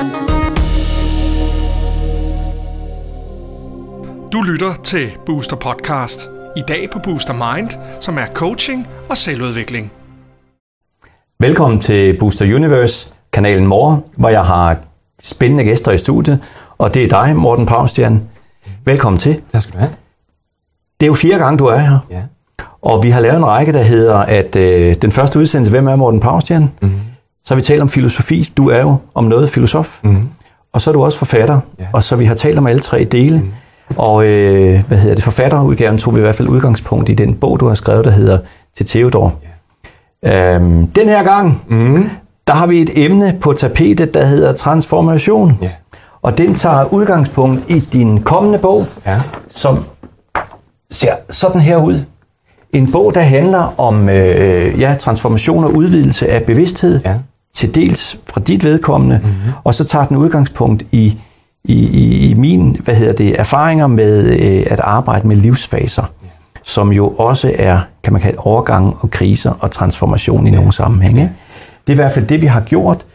Du lytter til Booster Podcast. I dag på Booster Mind, som er coaching og selvudvikling. Velkommen til Booster Universe, kanalen More, hvor jeg har spændende gæster i studiet. Og det er dig, Morten Paustjern. Velkommen til. Tak skal du have. Det er jo 4 gange, du er her. Ja. Og vi har lavet en række, der hedder, at den første udsendelse, hvem er Morten Paustjern? Mm-hmm. Så har vi talt om filosofi. Du er jo om noget filosof. Mm-hmm. Og så er du også forfatter. Ja. Og så vi har talt om alle 3 dele. Mm-hmm. Og forfatterudgaven tog vi i hvert fald udgangspunkt i den bog, du har skrevet, der hedder Til Theodor. Yeah. Den her gang, der har vi et emne på tapetet, der hedder transformation. Yeah. Og den tager udgangspunkt i din kommende bog, som ser sådan her ud. En bog, der handler om transformation og udvidelse af bevidsthed, til dels fra dit vedkommende, og så tager den udgangspunkt i mine erfaringer med at arbejde med livsfaser, som jo også er, kan man kalde, overgange og kriser og transformation i nogle sammenhænge. Det er i hvert fald det, vi har gjort.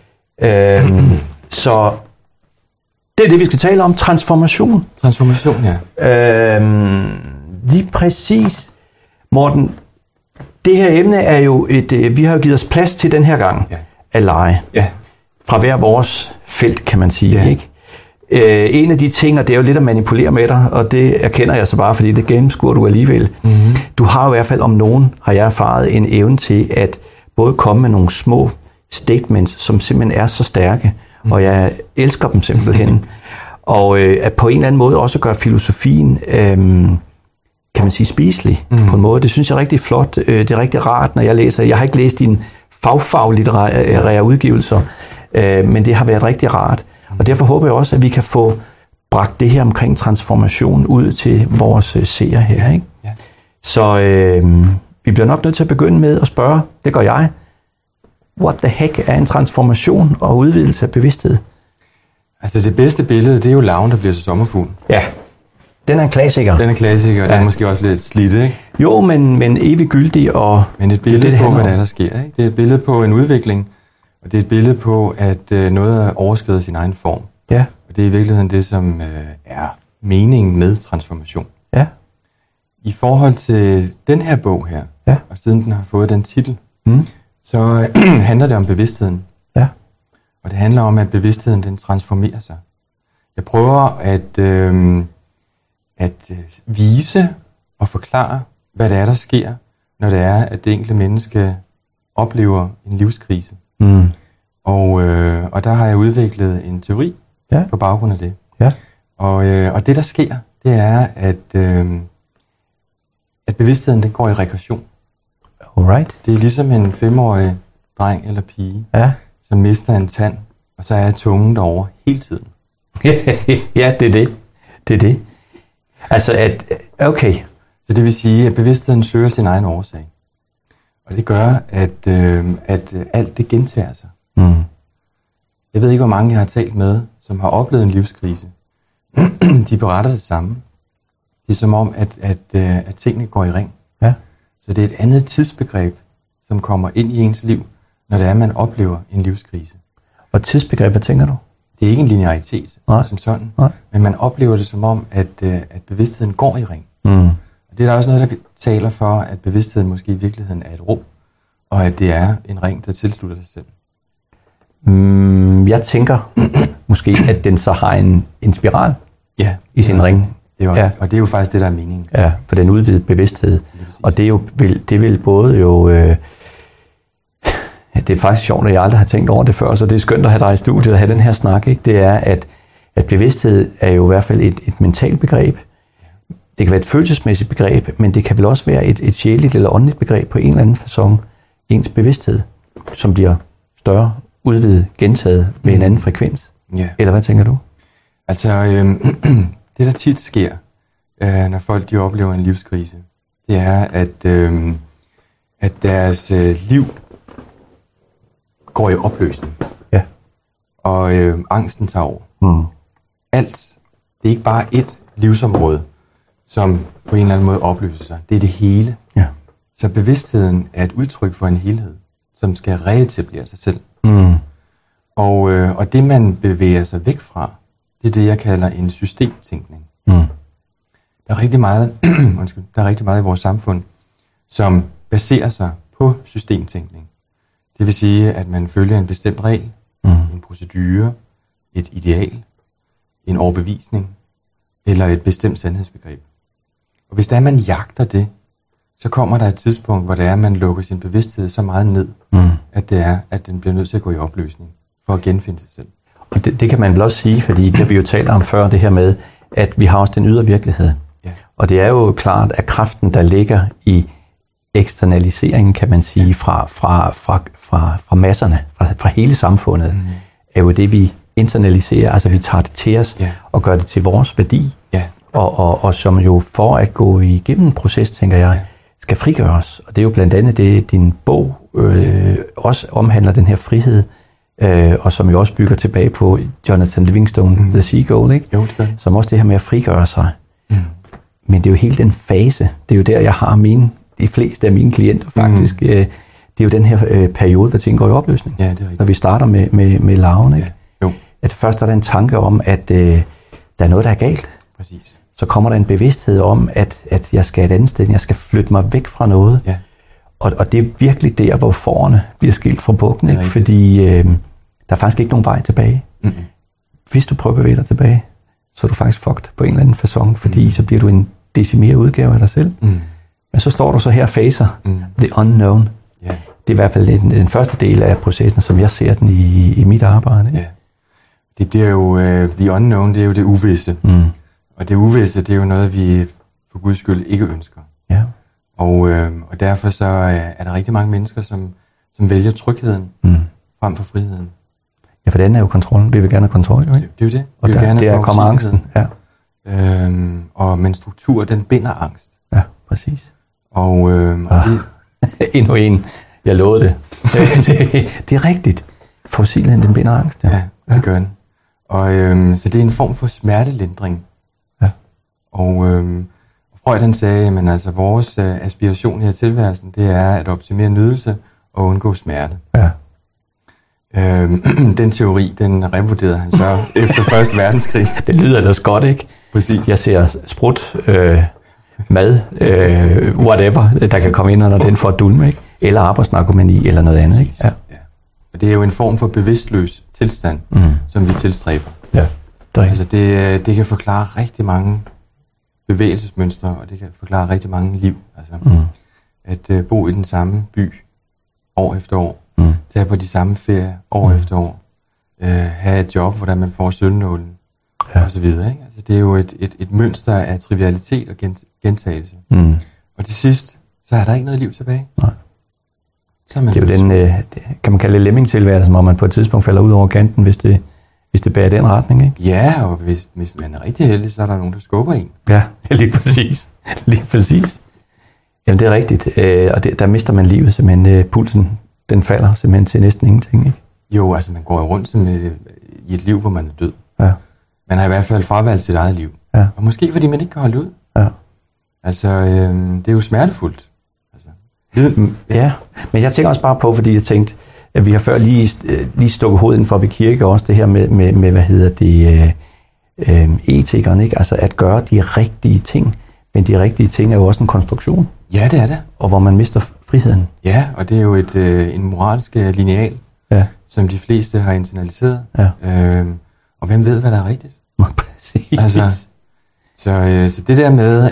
Så det er det, vi skal tale om. Transformation. Transformation, ja. Lige præcis. Morten, det her emne er jo vi har jo givet os plads til den her gang at lege. Ja. Fra hver vores felt, kan man sige, ikke? En af de ting, og det er jo lidt at manipulere med dig, og det erkender jeg så bare, fordi det gennemskuer du alligevel. Mm-hmm. Du har jo i hvert fald om nogen, har jeg erfaret, en evne til at både komme med nogle små statements, som simpelthen er så stærke, og jeg elsker dem simpelthen. Og at på en eller anden måde også gøre filosofien, kan man sige, spiselig på en måde. Det synes jeg er rigtig flot. Det er rigtig rart, når jeg læser. Jeg har ikke læst dine fagfaglitterære udgivelser, men det har været rigtig rart. Og derfor håber jeg også, at vi kan få bragt det her omkring transformation ud til vores seere her, ikke? Ja. Så vi bliver nok nødt til at begynde med at spørge, det gør jeg, what the heck er en transformation og udvidelse af bevidsthed? Altså det bedste billede, det er jo larven, der bliver til sommerfugl. Ja, den er en klassiker. Den er klassiker, og den er måske også lidt slidt, ikke? Jo, men evig gyldig, og men et billede på, hvad der sker, ikke? Det er et billede på en udvikling, og det er et billede på, at noget overskrider sin egen form. Ja. Og det er i virkeligheden det, som er meningen med transformation. Ja. I forhold til den her bog her, og siden den har fået den titel, så handler det om bevidstheden. Ja. Og det handler om, at bevidstheden den transformerer sig. Jeg prøver at vise og forklare, hvad det er, der sker, når det er, at det enkelte menneske oplever en livskrise. Mm. Og der har jeg udviklet en teori på baggrund af det. Ja. Og det, der sker, det er, at bevidstheden den går i regression. Alright. Det er ligesom en 5-årig dreng eller pige, som mister en tand, og så er tungen derovre hele tiden. Ja, det er det. Det er det. Altså, okay. Så det vil sige, at bevidstheden søger sin egen årsag. Og det gør, at alt det gentager sig. Mm. Jeg ved ikke, hvor mange jeg har talt med, som har oplevet en livskrise. De beretter det samme. Det er som om, at tingene går i ring. Ja. Så det er et andet tidsbegreb, som kommer ind i ens liv, når det er, man oplever en livskrise. Og tidsbegreb, hvad tænker du? Det er ikke en linearitet, som sådan. Nej. Men man oplever det som om, at bevidstheden går i ring. Mm. Og det er der også noget, der taler for, at bevidstheden måske i virkeligheden er et rum, og at det er en ring, der tilslutter sig selv. Jeg tænker måske, at den så har en spiral i sin ring. Det er også, og det er jo faktisk det, der er meningen. Ja, for den udvidede bevidsthed. Og det vil både jo... det er faktisk sjovt, at jeg aldrig har tænkt over det før, så det er skønt at have dig i studiet og have den her snak. Ikke? Det er, at bevidsthed er jo i hvert fald et mentalt begreb. Det kan være et følelsesmæssigt begreb, men det kan vel også være et sjæleligt eller åndeligt begreb på en eller anden facon. Ens bevidsthed, som bliver større, udvidet, gentaget med en anden frekvens. Ja. Eller hvad tænker du? Altså, det der tit sker, når folk de oplever en livskrise, det er, at deres liv går i opløsning. Ja. Og angsten tager over. Mm. Alt. Det er ikke bare ét livsområde, som på en eller anden måde opløser sig. Det er det hele. Ja. Så bevidstheden er et udtryk for en helhed, som skal reetablere sig selv. Mm. Og det, man bevæger sig væk fra, det er det, jeg kalder en systemtænkning. Der er rigtig meget, der er rigtig meget i vores samfund, som baserer sig på systemtænkning. Det vil sige, at man følger en bestemt regel, en procedure, et ideal, en overbevisning eller et bestemt sandhedsbegreb. Og hvis der er, man jagter det, så kommer der et tidspunkt, hvor det er, at man lukker sin bevidsthed så meget ned, at den bliver nødt til at gå i opløsning for at genfinde sig selv. Og det kan man vel også sige, fordi det vi jo taler om før, det her med, at vi har også den ydre virkelighed. Ja. Og det er jo klart, at kraften, der ligger i eksternaliseringen, kan man sige, fra masserne, fra hele samfundet, er jo det, vi internaliserer, altså vi tager det til os og gør det til vores værdi. Ja. Og som jo for at gå igennem en proces, tænker jeg, skal frigøres. Og det er jo blandt andet det, din bog også omhandler, den her frihed, og som jo også bygger tilbage på Jonathan Livingstone, The Seagull, ikke? Jo, det. Som også det her med at frigøre sig. Men det er jo hele den fase, det er jo der, jeg har de fleste af mine klienter faktisk. Det er jo den her periode, hvor ting går i opløsning. Ja, det er rigtigt. Når vi starter med larven, ikke? Ja. Jo. At først er der en tanke om, at der er noget, der er galt. Præcis. Så kommer der en bevidsthed om, at jeg skal et andet sted, jeg skal flytte mig væk fra noget. Ja. Og det er virkelig der, hvor fårene bliver skilt fra bukken, ikke? Fordi der er faktisk ikke nogen vej tilbage. Hvis du prøver at bevæge dig tilbage, så er du faktisk fucked på en eller anden facon, fordi så bliver du en decimeret udgave af dig selv. Men så står du så her og facer the unknown. Yeah. Det er i hvert fald den første del af processen, som jeg ser den i mit arbejde. Ikke? Yeah. Det bliver jo, the unknown, det er jo det uvisse. Og det uvisse, det er jo noget, vi for Guds skyld ikke ønsker. Ja. Og derfor så er der rigtig mange mennesker, som vælger trygheden frem for friheden. Ja, for den er jo kontrollen. Vi vil gerne have kontrol, jo, ikke? Det er jo det. Og der kommer angsten. Ja. Men struktur, den binder angst. Ja, præcis. Og endnu en. Jeg lovede det. Det er rigtigt. Forudsigeligheden, den binder angst. Ja, det gør den. Og så det er en form for smertelindring. Ja. Og Freud han sagde, at altså, vores aspiration her i tilværelsen, det er at optimere nydelse og undgå smerte. Ja. Den teori, den revurderede han så efter 1. verdenskrig. Det lyder ellers godt, ikke? Præcis. Jeg ser sprut, mad, whatever, der kan komme ind under den for at dulme, ikke? Eller arbejdsnarkomani, eller noget andet, ikke? Ja. Ja. Og det er jo en form for bevidstløs tilstand, som vi tilstræber. Ja, det er altså det kan forklare rigtig mange bevægelsesmønstre, og det kan forklare rigtig mange liv. Altså at bo i den samme by år efter år, tage på de samme ferier år efter år, have et job, hvor man får sølvnålen, og så videre. Ikke? Altså, det er jo et mønster af trivialitet og gentagelse. Og til sidst, så er der ikke noget liv tilbage. Nej. Det er jo den, kan man kalde det lemmingtilværelse, hvor man på et tidspunkt falder ud over kanten, hvis det bærer den retning, ikke? Ja, og hvis man er rigtig heldig, så er der nogen, der skubber en. Ja, lige præcis. Lige præcis. Jamen, det er rigtigt. Og der mister man livet simpelthen. Pulsen, den falder simpelthen til næsten ingenting, ikke? Jo, altså man går rundt i et liv, hvor man er død. Ja. Man har i hvert fald fravalgt sit eget liv. Ja. Og måske fordi man ikke kan holde ud. Ja. Altså, det er jo smertefuldt. Altså, ja, men jeg tænker også bare på, fordi jeg tænkte, at vi har før lige stukket hovedet inden for ved kirke, også det her med hvad hedder det, etikeren, ikke? Altså at gøre de rigtige ting. Men de rigtige ting er jo også en konstruktion. Ja, det er det. Og hvor man mister friheden. Ja, og det er jo en moralsk lineal, som de fleste har internaliseret. Ja. Og hvem ved, hvad der er rigtigt? Præcis. Altså, så det der med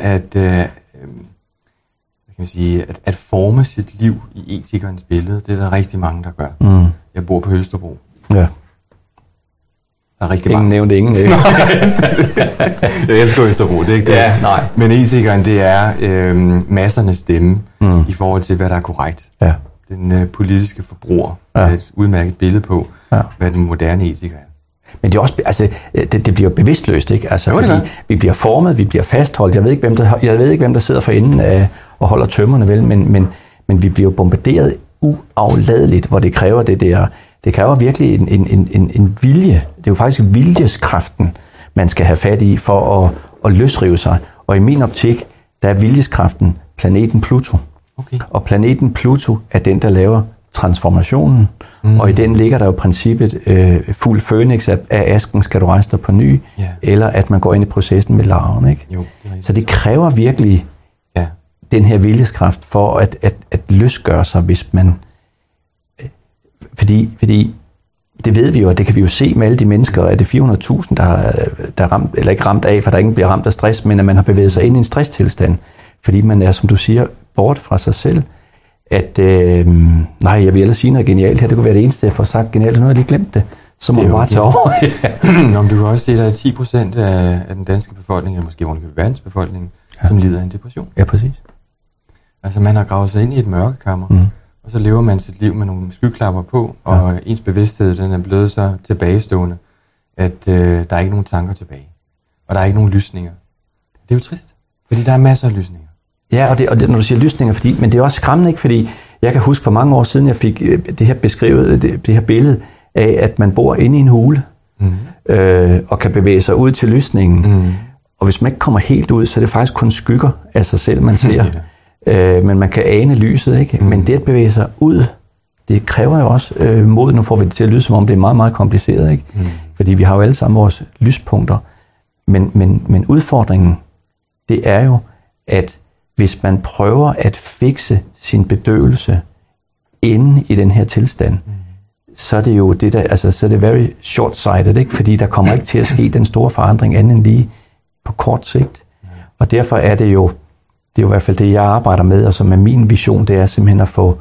at forme sit liv i etikernes billede, det er der rigtig mange, der gør. Jeg bor på Østerbro. Ja. Der er rigtig ingen mange. Nævnte ingen. Jeg elsker Østerbro, det er ikke det. Ja, nej. Men etikeren, det er massernes stemme i forhold til, hvad der er korrekt. Ja. Den politiske forbruger er et udmærket billede på, hvad den moderne etiker er. Men det er også, altså, det bliver bevidstløst, ikke? Altså, jo, fordi vi bliver formet, vi bliver fastholdt. Jeg ved ikke, hvem der sidder for enden af og holder tømmerne, vel, men vi bliver bombarderet uafladeligt, hvor det kræver det der. Det kræver virkelig en vilje. Det er jo faktisk viljeskraften, man skal have fat i for at løsrive sig. Og i min optik, der er viljeskraften planeten Pluto. Okay. Og planeten Pluto er den, der laver transformationen Og i den ligger der jo princippet, fuld fønix af asken skal du rejse dig på ny, eller at man går ind i processen med larven. Ikke? Jo, så det kræver virkelig den her viljeskraft for at løsgøre sig, hvis man... Fordi det ved vi jo, og det kan vi jo se med alle de mennesker, at det er 400.000, der er ramt, eller ikke ramt af, for der ingen bliver ramt af stress, men at man har bevæget sig ind i en stresstilstand, fordi man er, som du siger, bort fra sig selv. At, nej, jeg vil ellers sige noget genialt her, det kunne være det eneste, jeg får sagt genialt, og nu har jeg lige glemt det, så må man bare tage over. Nå, men du kan også se, at der er 10% af den danske befolkning, eller måske underkøbet verdensbefolkningen, som lider af en depression. Ja, præcis. Altså man har gravet sig ind i et mørkekammer, og så lever man sit liv med nogle skyklapper på, og ens bevidsthed, den er blevet så tilbagestående, at der er ikke nogen tanker tilbage. Og der er ikke nogen lysninger. Det er jo trist, fordi der er masser af lysninger. Ja, og det, når du siger lysninger, men det er også skræmmende, ikke? Fordi jeg kan huske for mange år siden, jeg fik det her beskrevet, det her billede af, at man bor inde i en hule, og kan bevæge sig ud til lysningen. Og hvis man ikke kommer helt ud, så er det faktisk kun skygger af sig selv, man ser. Men man kan ane lyset, ikke? Men det at bevæge sig ud, det kræver jo også mod. Nu får vi det til at lyde, som om det er meget, meget kompliceret, ikke? Fordi vi har jo alle sammen vores lyspunkter. Men udfordringen, det er jo, at hvis man prøver at fikse sin bedøvelse inde i den her tilstand, så er det jo det der, altså så er det very short-sighted, ikke? Fordi der kommer ikke til at ske den store forandring anden end lige på kort sigt. Og derfor er det jo i hvert fald det, jeg arbejder med, og som er min vision, det er simpelthen at få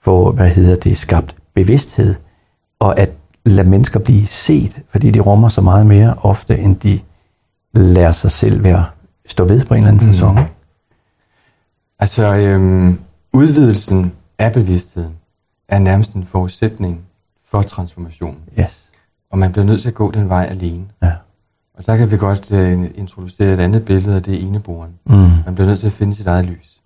skabt bevidsthed, og at lade mennesker blive set, fordi de rummer så meget mere ofte, end de lærer sig selv stå ved på en eller anden facon. Altså, udvidelsen af bevidstheden er nærmest en forudsætning for transformationen. Yes. Og man bliver nødt til at gå den vej alene. Ja. Og så kan vi godt introducere et andet billede af det eneboren. Man bliver nødt til at finde sit eget lys.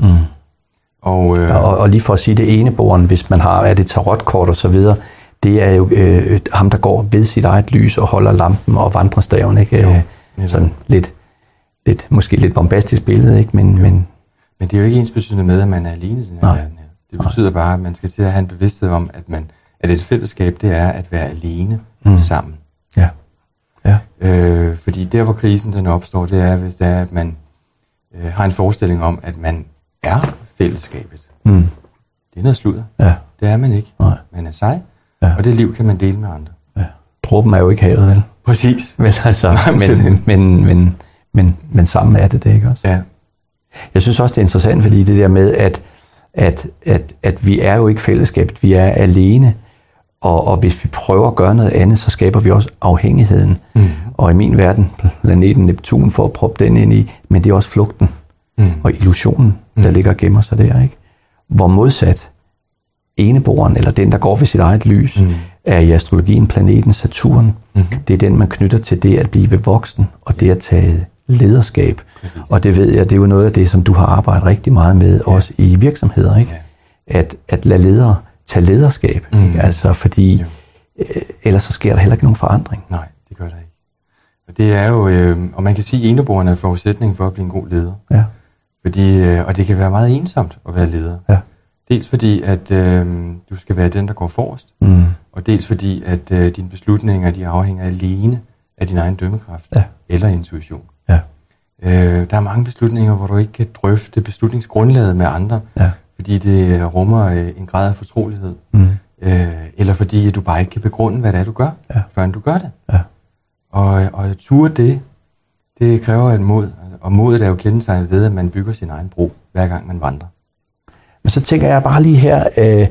Og lige for at sige det eneboren, hvis man har det tarotkort og så videre, det er jo ham, der går ved sit eget lys og holder lampen og vandrestaven, ikke? Sådan lidt, måske lidt bombastisk billede, ikke? Men det er jo ikke ensbetydende med, at man er alene i den her verden her. Det betyder bare, at man skal til at have en bevidsthed om, at et fællesskab, det er at være alene sammen. Ja. Fordi der, hvor krisen den opstår, det er, hvis det er, at man har en forestilling om, at man er fællesskabet. Det er noget sludder. Ja. Det er man ikke. Nej. Man er sig, og det liv kan man dele med andre. Ja. Dråben er jo ikke havet, vel? Præcis. Vel, altså, men sammen er det ikke også? Ja. Jeg synes også, det er interessant, fordi det der med, at vi er jo ikke fællesskabet, vi er alene, og hvis vi prøver at gøre noget andet, så skaber vi også afhængigheden. Og i min verden, planeten Neptun for at proppe den ind i, men det er også flugten og illusionen, der ligger og gemmer sig der, ikke? Hvor modsat eneboren, eller den, der går ved sit eget lys, er i astrologien planeten Saturn. Det er den, man knytter til det at blive voksen, og det at tage lederskab. Præcis. Og det ved jeg, det er jo noget af det, som du har arbejdet rigtig meget med, også i virksomheder, ikke? At lade ledere tage lederskab, ikke? Altså fordi ellers så sker der heller ikke nogen forandring. Nej, det gør der ikke. Og det er jo, og man kan sige, at eneboeren er forudsætning for at blive en god leder. Ja. Fordi, og det kan være meget ensomt at være leder. Ja. Dels fordi, at du skal være den, der går forrest, og dels fordi, at dine beslutninger, de afhænger alene af din egen dømmekraft eller intuition. Ja. Der er mange beslutninger, hvor du ikke kan drøfte beslutningsgrundlaget med andre, fordi det rummer en grad af fortrolighed, eller fordi du bare ikke kan begrunde, hvad det er, du gør, førend du gør det. Ja. Og at ture det kræver et mod, og modet er jo kendetegnet ved, at man bygger sin egen bro, hver gang man vandrer. Men så tænker jeg bare lige her,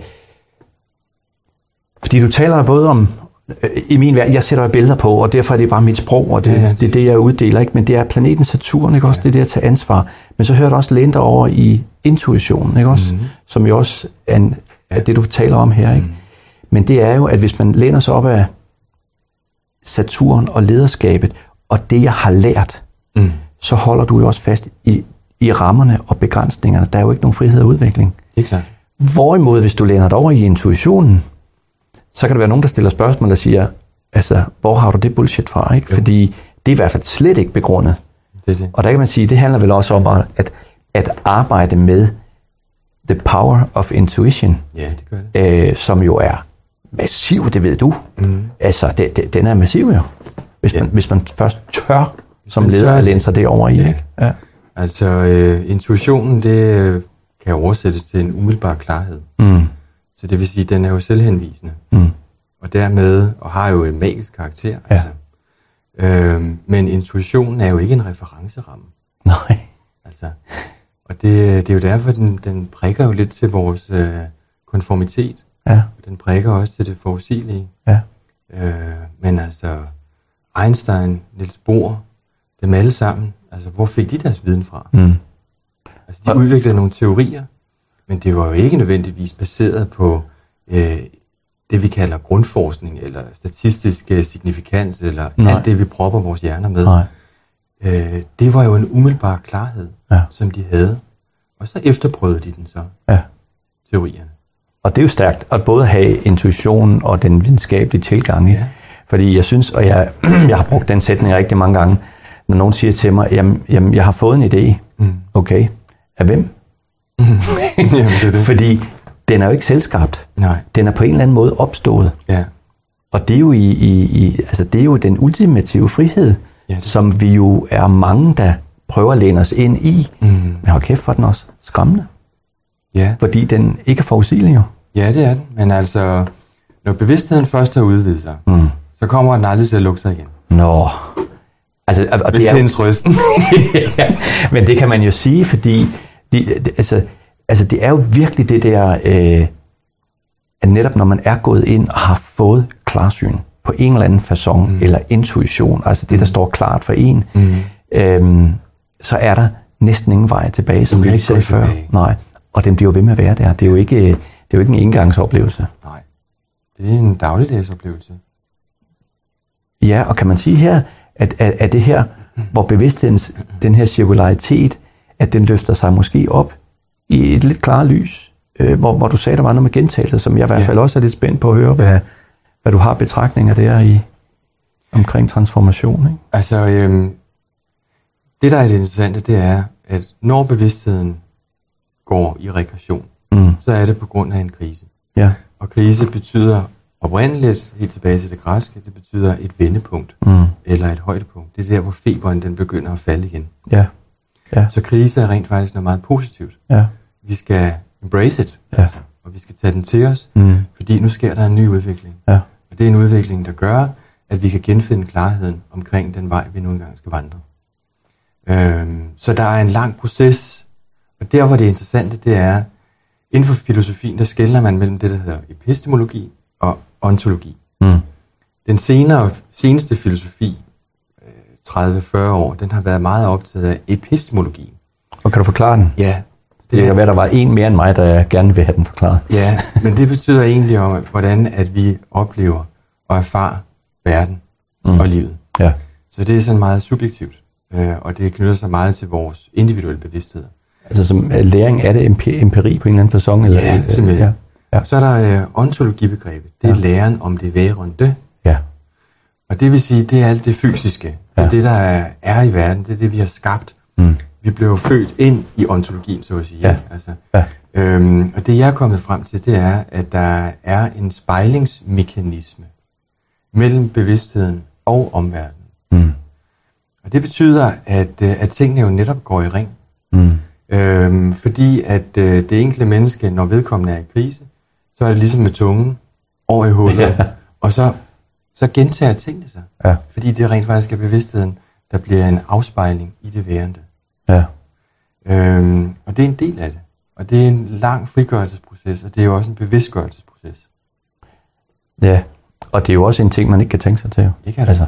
fordi du taler både om, i min verden, jeg sætter billeder på, og derfor er det bare mit sprog, og det er det, jeg uddeler, ikke? Men det er planeten Saturn, ikke også? Det er det at tage ansvar. Men så hører du også læne dig over i intuitionen, ikke også? Som jo også er det, du taler om her, ikke? Men det er jo, at hvis man læner sig op af Saturn og lederskabet, og det, jeg har lært, så holder du jo også fast i rammerne og begrænsningerne. Der er jo ikke nogen frihed og udvikling. Det er klart. Hvorimod, hvis du læner dig over i intuitionen, så kan der være nogen, der stiller spørgsmål og siger, altså, hvor har du det bullshit fra, ikke? Jo. Fordi det er i hvert fald slet ikke begrundet. Det. Og der kan man sige, det handler vel også om at arbejde med the power of intuition, ja, det gør det. Som jo er massiv, det ved du. Altså, den er massiv jo. Hvis man først tør som leder at læne sig derover i. Ikke? Ja. Altså, intuitionen, det kan oversættes til en umiddelbar klarhed. Så det vil sige, at den er jo selvhenvisende. Og dermed, og har jo en magisk karakter. Ja. Altså. Men intuitionen er jo ikke en referenceramme. Nej. Altså, og det er jo derfor, den prikker jo lidt til vores konformitet. Ja. Den prikker også til det forudsigelige. Ja. Men altså, Einstein, Niels Bohr, dem alle sammen, altså hvor fik de deres viden fra? Altså de udviklede nogle teorier, men det var jo ikke nødvendigvis baseret på det vi kalder grundforskning, eller statistisk signifikans, eller alt det vi propper vores hjerner med. Det var jo en umiddelbar klarhed, som de havde. Og så efterprøvede de den så, teorierne. Og det er jo stærkt, at både have intuitionen og den videnskabelige tilgang. Ja. Fordi jeg synes, og jeg har brugt den sætning rigtig mange gange, når nogen siger til mig, jamen jeg har fået en idé. Okay, af hvem? Jamen, det. Fordi den er jo ikke selvskabt. Nej. Den er på en eller anden måde opstået. Ja. Og det er jo altså det er jo den ultimative frihed, som vi jo er mange, der prøver at læne os ind i. Men hold kæft, for den også skræmmende. Ja. Fordi den ikke er forudsigelig jo. Ja, det er den. Men altså, når bevidstheden først har udvidet sig, så kommer den aldrig til at lukke sig igen. Nå. Altså, og hvis det er en trøst. Ja, men det kan man jo sige, fordi altså det er jo virkelig det der, at netop når man er gået ind og har fået klarsyn på en eller anden facon, eller intuition, altså det, der står klart for en, så er der næsten ingen vej tilbage, som vi sagde før. Nej. Og den bliver ved med at være der. Det er jo ikke en engangsoplevelse. Nej, det er en dagligdagsoplevelse. Ja, og kan man sige her, at det her, hvor bevidsthedens, den her cirkularitet, at den løfter sig måske op i et lidt klart lys, hvor du sagde, der var noget med gentagelser, som jeg i hvert fald også er lidt spændt på at høre, hvad du har betragtninger der omkring transformation. Ikke? Altså, det der er det interessante, det er, at når bevidstheden går i regression, så er det på grund af en krise. Ja. Og krise betyder oprindeligt, helt tilbage til det græske, det betyder et vendepunkt, eller et højdepunkt. Det er der, hvor feberen den begynder at falde igen. Ja. Ja. Så krise er rent faktisk noget meget positivt. Ja. Vi skal embrace it, og vi skal tage den til os, fordi nu sker der en ny udvikling. Ja. Og det er en udvikling, der gør, at vi kan genfinde klarheden omkring den vej, vi nu engang skal vandre. Så der er en lang proces, og der, hvor det interessante, det er, inden for filosofien, der skelner man mellem det, der hedder epistemologi og ontologi. Den seneste filosofi, 30-40 år, den har været meget optaget af epistemologien. Og kan du forklare den? Ja. Det kan være, der var en mere end mig, der gerne vil have den forklaret. Ja, men det betyder egentlig om, hvordan at vi oplever og erfarer verden og livet. Ja. Så det er sådan meget subjektivt, og det knytter sig meget til vores individuelle bevidsthed. Altså som læring af det empiri på en eller anden facon? Eller, ja, simpelthen. Ja. Så er der ontologibegrebet. Det er læren om det værende. Ja. Og det vil sige, det er alt det fysiske. Det er det, der er i verden. Det er det, vi har skabt. Vi blev født ind i ontologien, så at sige. Ja. Altså, og det, jeg er kommet frem til, det er, at der er en spejlingsmekanisme mellem bevidstheden og omverdenen. Og det betyder, at tingene jo netop går i ring. Fordi at det enkelte menneske, når vedkommende er i krise, så er det ligesom med tungen over i hullet, og så gentager tingene sig. Ja. Fordi det rent faktisk er bevidstheden, der bliver en afspejling i det værende. Ja. Og det er en del af det. Og det er en lang frigørelsesproces, og det er jo også en bevidstgørelsesproces. Ja, og det er jo også en ting, man ikke kan tænke sig til. Det kan det. Altså,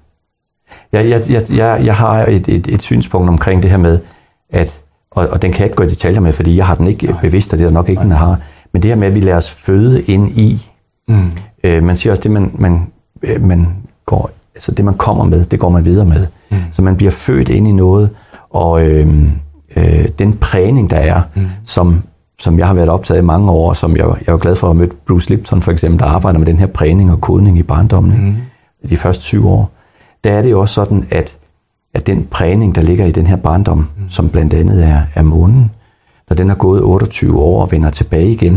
nej. Jeg har et synspunkt omkring det her med, at, og den kan jeg ikke gå i detaljer med, fordi jeg har den ikke bevidst, og det er der nok ikke, den har. Men det her med, at vi lader os føde ind i, man siger også, det man går, altså det man kommer med, det går man videre med. Så man bliver født ind i noget, og den prægning, der er, som jeg har været optaget i mange år, som jeg er glad for at have mødt Bruce Lipton for eksempel, der arbejder med den her prægning og kodning i barndommen, de første 7 år. Der er det jo også sådan, at den prægning, der ligger i den her barndom, som blandt andet er månen, når den har gået 28 år og vender tilbage igen,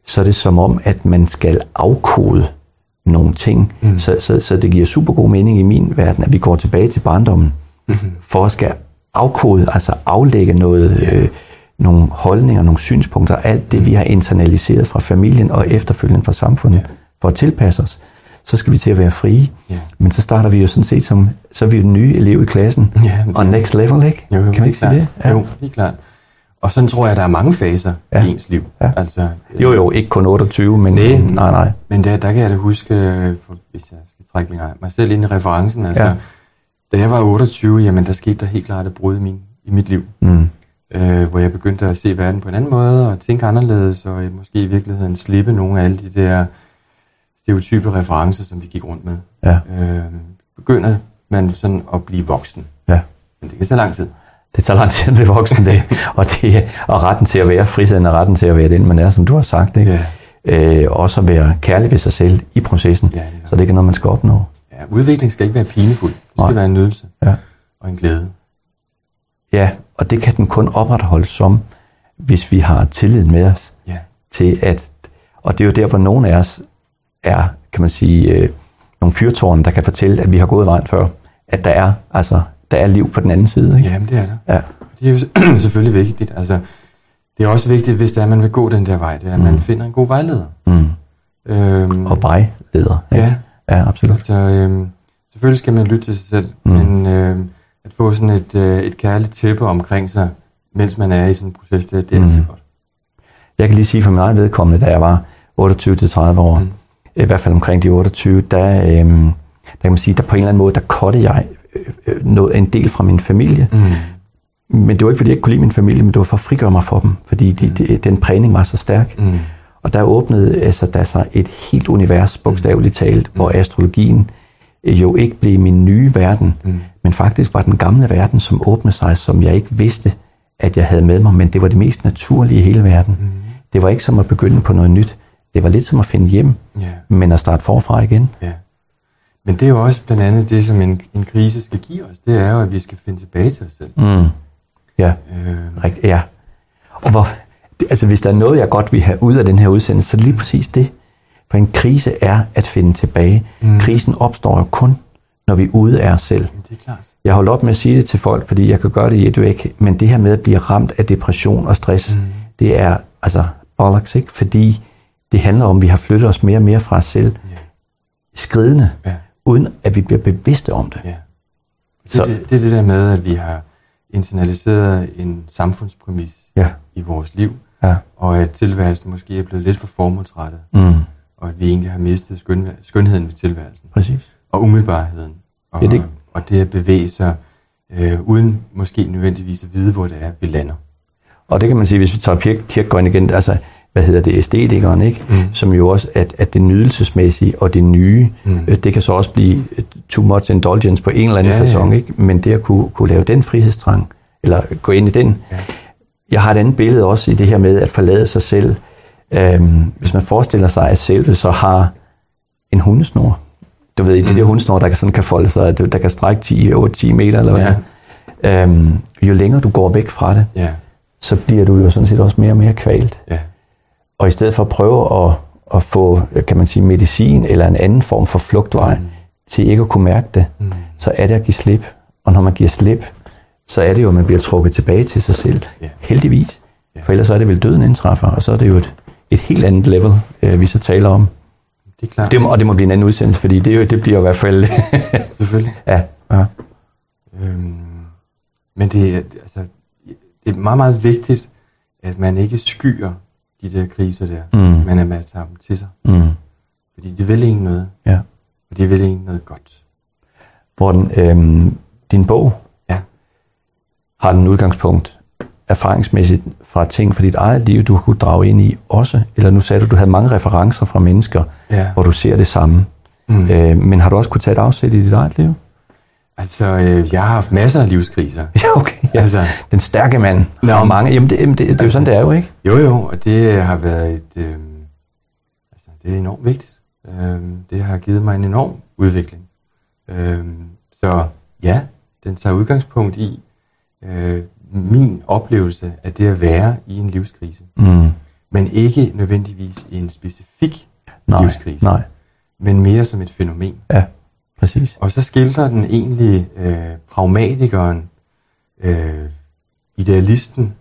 så er det som om, at man skal afkode nogle ting. Så det giver super god mening i min verden, at vi går tilbage til barndommen, for at skal afkode, altså aflægge noget, nogle holdninger, nogle synspunkter, alt det, vi har internaliseret fra familien og efterfølgende fra samfundet, for at tilpasse os. Så skal vi til at være frie. Men så starter vi jo sådan set som, så er vi jo den nye elev i klassen, og next level, ikke? Jo, kan man ikke sige det? Ja. Jo, helt klart. Og sådan tror jeg, der er mange faser i ens liv. Ja. Altså, jo, ikke kun 28, men nej. Men der kan jeg da huske, hvis jeg skal trække mig selv ind i referencen, altså, da jeg var 28, jamen der skete der helt klart et brud i mit liv. Hvor jeg begyndte at se verden på en anden måde, og tænke anderledes, og måske i virkeligheden slippe nogle af alle de der stereotype referencer, som vi gik rundt med. Begynder man sådan at blive voksen. Men det kan tage lang tid. Det tager lang tid at blive voksen, det. Og retten til at være friheden, og retten til at være den, man er, som du har sagt. Ikke? Også at være kærlig ved sig selv i processen, så det ikke er noget, man skal opnå. Ja, udvikling skal ikke være pinefuld. Det skal være en nydelse og en glæde. Ja, og det kan den kun opretholdes som, hvis vi har tillid med os til at, og det er jo der, hvor nogen af os er, kan man sige, nogle fyrtårne, der kan fortælle, at vi har gået vejen før, at der er liv på den anden side. Ikke? Jamen, det er der. Ja. Det er jo selvfølgelig vigtigt. Altså, det er også vigtigt, hvis det er, man vil gå den der vej, det er, at man finder en god vejleder. Og vejleder. Ja, absolut. Altså, selvfølgelig skal man lytte til sig selv, men at få sådan et kærligt tæppe omkring sig, mens man er i sådan en proces, det er altid godt. Jeg kan lige sige for mig eget vedkommende, da jeg var 28-30 år, i hvert fald omkring de 28, der kan man sige, der på en eller anden måde, der kottede jeg en del fra min familie. Men det var ikke, fordi jeg ikke kunne lide min familie, men det var for at frigøre mig for dem, fordi den prægning var så stærk. Og der åbnede der sig et helt univers, bogstaveligt talt, hvor astrologien jo ikke blev min nye verden, men faktisk var den gamle verden, som åbnede sig, som jeg ikke vidste, at jeg havde med mig, men det var det mest naturlige i hele verden. Det var ikke som at begynde på noget nyt. Det var lidt som at finde hjem, men at starte forfra igen. Men det er jo også blandt andet det, som en krise skal give os. Det er jo, at vi skal finde tilbage til os selv. Ja. Og hvis der er noget, jeg godt vil have ud af den her udsendelse, så lige præcis det. For en krise er at finde tilbage. Krisen opstår jo kun, når vi er ude af os selv. Det er klart. Jeg holder op med at sige det til folk, fordi jeg kan gøre det i et væk, men det her med at blive ramt af depression og stress, det er altså bollocks, ikke? Fordi det handler om, at vi har flyttet os mere og mere fra os selv, skridende, uden at vi bliver bevidste om det. Det er det der med, at vi har internaliseret en samfundspræmis i vores liv, og at tilværelsen måske er blevet lidt for formålsrettet, og at vi egentlig har mistet skønheden ved tilværelsen. Præcis. Og umiddelbarheden. Og det at bevæge sig, uden måske nødvendigvis at vide, hvor det er, vi lander. Og det kan man sige, hvis vi tager Kierkegaard igen, altså, æstetikeren, ikke? Som jo også, at det nydelsesmæssige og det nye, det kan så også blive too much indulgence på en eller anden facon, ikke? Men det at kunne lave den frihedstrang, eller gå ind i den. Jeg har et andet billede også i det her med at forlade sig selv. Hvis man forestiller sig, at selve så har en hundesnor. Du ved, det der hundesnor, der sådan kan folde sig, der kan strække 10 meter eller hvad. Jo længere du går væk fra det, så bliver du jo sådan set også mere og mere kvalt. Og i stedet for at prøve at få, kan man sige, medicin eller en anden form for flugtvej til ikke at kunne mærke det, så er det at give slip. Og når man giver slip, så er det jo, at man bliver trukket tilbage til sig selv. Heldigvis. For ellers så er det vel døden indtræffer, og så er det jo et helt andet level, vi så taler om. Det er klart. Og det må blive en anden udsendelse, fordi det bliver jo i hvert fald... Selvfølgelig. Men det er meget, meget vigtigt, at man ikke skyer de der kriser der, men at man tager dem til sig. Fordi det vil ikke noget. Og det vil ikke noget godt. Morten, din bog har den udgangspunkt erfaringsmæssigt fra ting fra dit eget liv, du kunne drage ind i også? Eller nu sagde du havde mange referencer fra mennesker, hvor du ser det samme. Men har du også kunne tage et afsæt i dit eget liv? Altså, jeg har haft masser af livskriser. Altså, den stærke mand har mange. Jamen, det er jo sådan, det er jo, ikke? Jo, og det har været det er enormt vigtigt. Det har givet mig en enorm udvikling. Så ja, den tager udgangspunkt i min oplevelse af det at være i en livskrise. men ikke nødvendigvis en specifik livskrise, men mere som et fænomen. Ja, præcis. Og så skildrer den egentlig pragmatikeren, idealisten,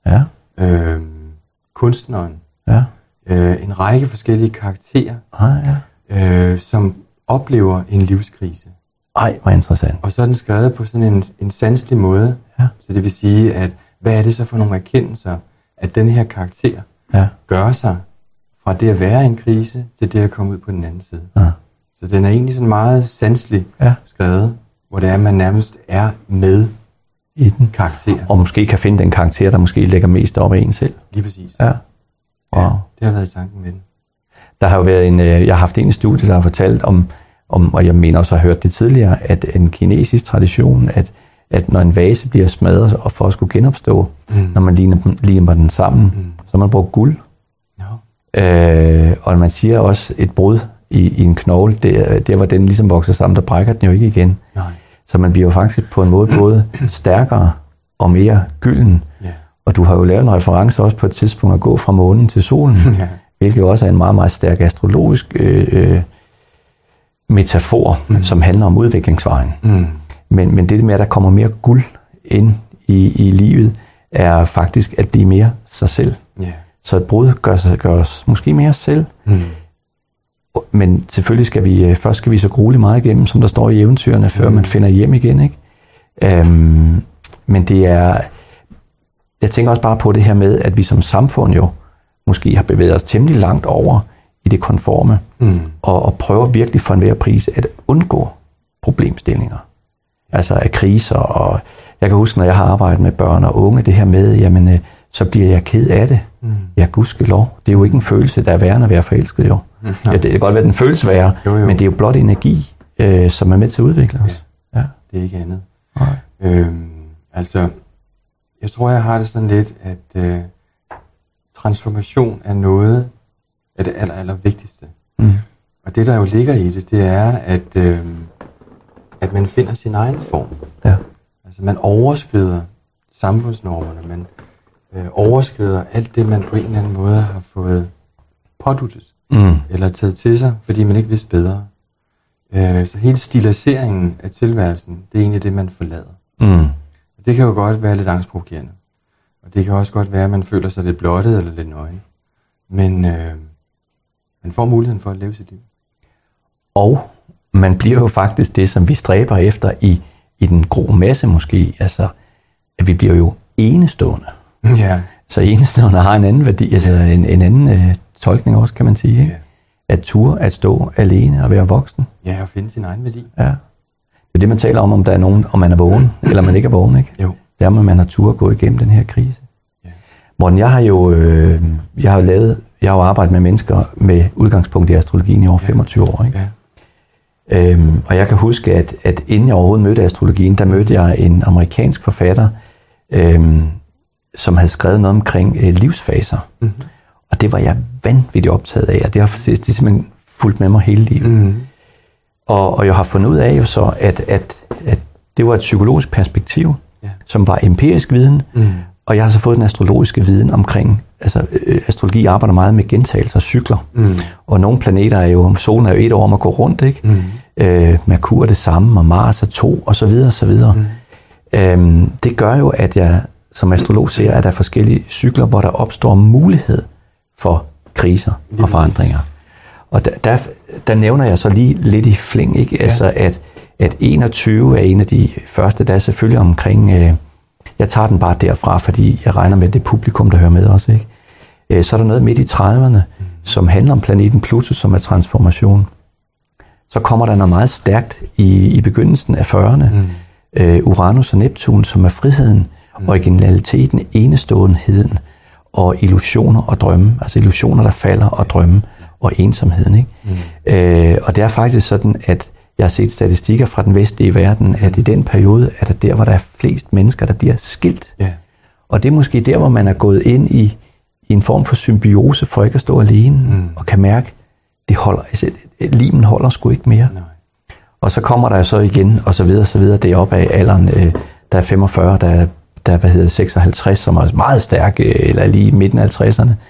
kunstneren, en række forskellige karakterer, som oplever en livskrise. Ej, hvor interessant. Og så er den skrevet på sådan en sanselig måde. Ja. Så det vil sige, at hvad er det så for nogle erkendelser, at den her karakter gør sig fra det at være i en krise, til det at komme ud på den anden side. Ja. Så den er egentlig sådan meget sanselig skrevet, hvor det er, at man nærmest er med i den karakter. Og måske kan finde den karakter, der måske lægger mest op af en selv. Lige præcis. Ja. Wow. Ja, det har været tanken med den. Der har jo været jeg har haft en studie, der har fortalt om, og jeg mener også har hørt det tidligere, at en kinesisk tradition, at når en vase bliver smadret, og for at skulle genopstå, når man limer den sammen, så man bruger guld. Og man siger også et brud i en knogle, der hvor den ligesom vokser sammen, der brækker den jo ikke igen. Nej. Så man bliver jo faktisk på en måde både stærkere og mere gylden. Yeah. Og du har jo lavet en reference også på et tidspunkt at gå fra månen til solen, hvilket jo også er en meget, meget stærk astrologisk metafor, som handler om udviklingsvejen. Men det med, at der kommer mere guld ind i livet, er faktisk at blive mere sig selv. Yeah. Så et brud gør os måske mere selv. Men selvfølgelig skal vi så grueligt meget igennem, som der står i eventyrene, før man finder hjem igen, ikke? Men det er... Jeg tænker også bare på det her med, at vi som samfund jo måske har bevæget os temmelig langt over i det konforme, og prøver virkelig for enhver pris at undgå problemstillinger. Altså af kriser, og jeg kan huske, når jeg har arbejdet med børn og unge, det her med, jamen, så bliver jeg ked af det. Ja, gudskelov. Det er jo ikke en følelse, der er værre end at være forelsket, jo. Ja, det kan godt være, den føles værre, men det er jo blot energi, som er med til at udvikle os. Ja. Det er ikke andet. Altså, jeg tror, jeg har det sådan lidt, at transformation er noget af det allervigtigste. Og det, der jo ligger i det, det er, at man finder sin egen form. Ja. Altså, man overskrider samfundsnormerne, man overskrider alt det, man på en eller anden måde har fået påduttet, eller taget til sig, fordi man ikke vidste bedre. Så hele stiliseringen af tilværelsen, det er egentlig det, man forlader. Det kan jo godt være lidt angstprovokerende. Og det kan også godt være, at man føler sig lidt blottet eller lidt nøgen. Men man får muligheden for at leve sit liv. Og man bliver jo faktisk det, som vi stræber efter i den grå masse måske. Altså, at vi bliver jo enestående. Ja. Så enestående har en anden værdi, altså en anden tolkning også, kan man sige. Ikke? Ja. At stå alene og være voksen. Ja, og finde sin egen værdi. Ja. Det er det, man taler om der er nogen, om man er vågen, eller man ikke er vågen, ikke? Jo. Det er, om man har tur at gå igennem den her krise. Ja. Morten, jeg har jo arbejdet med mennesker med udgangspunkt i astrologien i over 25 år, ikke? Ja. Og jeg kan huske, at inden jeg overhovedet mødte astrologien, der mødte jeg en amerikansk forfatter, som havde skrevet noget omkring livsfaser. Og det var jeg vanvittigt optaget af, og det har simpelthen fulgt med mig hele livet. Og jeg har fundet ud af jo så, at det var et psykologisk perspektiv, som var empirisk viden, og jeg har så fået den astrologiske viden omkring, altså astrologi arbejder meget med gentagelser og cykler, og nogle planeter er jo, solen er jo 1 år om at gå rundt, ikke? Merkur er det samme, og Mars er 2, og så videre, og så videre. Det gør jo, at jeg som astrolog ser, at der er forskellige cykler, hvor der opstår mulighed for kriser og forandringer. Og der nævner jeg så lige lidt i flæng, ikke? Altså at 21 er en af de første, der er selvfølgelig omkring, jeg tager den bare derfra, fordi jeg regner med det publikum, der hører med også, ikke? Så er der noget midt i 30'erne, som handler om planeten Pluto, som er transformation. Så kommer der noget meget stærkt i begyndelsen af 40'erne, Uranus og Neptun, som er friheden, originaliteten, eneståenheden og illusioner og drømme, altså illusioner, der falder, og drømme og ensomheden, ikke? Og det er faktisk sådan, at jeg har set statistikker fra den vestlige verden, at i den periode er det der, hvor der er flest mennesker, der bliver skilt. Og det er måske der, hvor man er gået ind i en form for symbiose, for ikke at stå alene, og kan mærke, det holder, altså, limen holder sgu ikke mere. Og så kommer der så igen, og så videre, det er op af alderen, der er 45, der er 56, som er meget stærk, eller lige midten af 50'erne.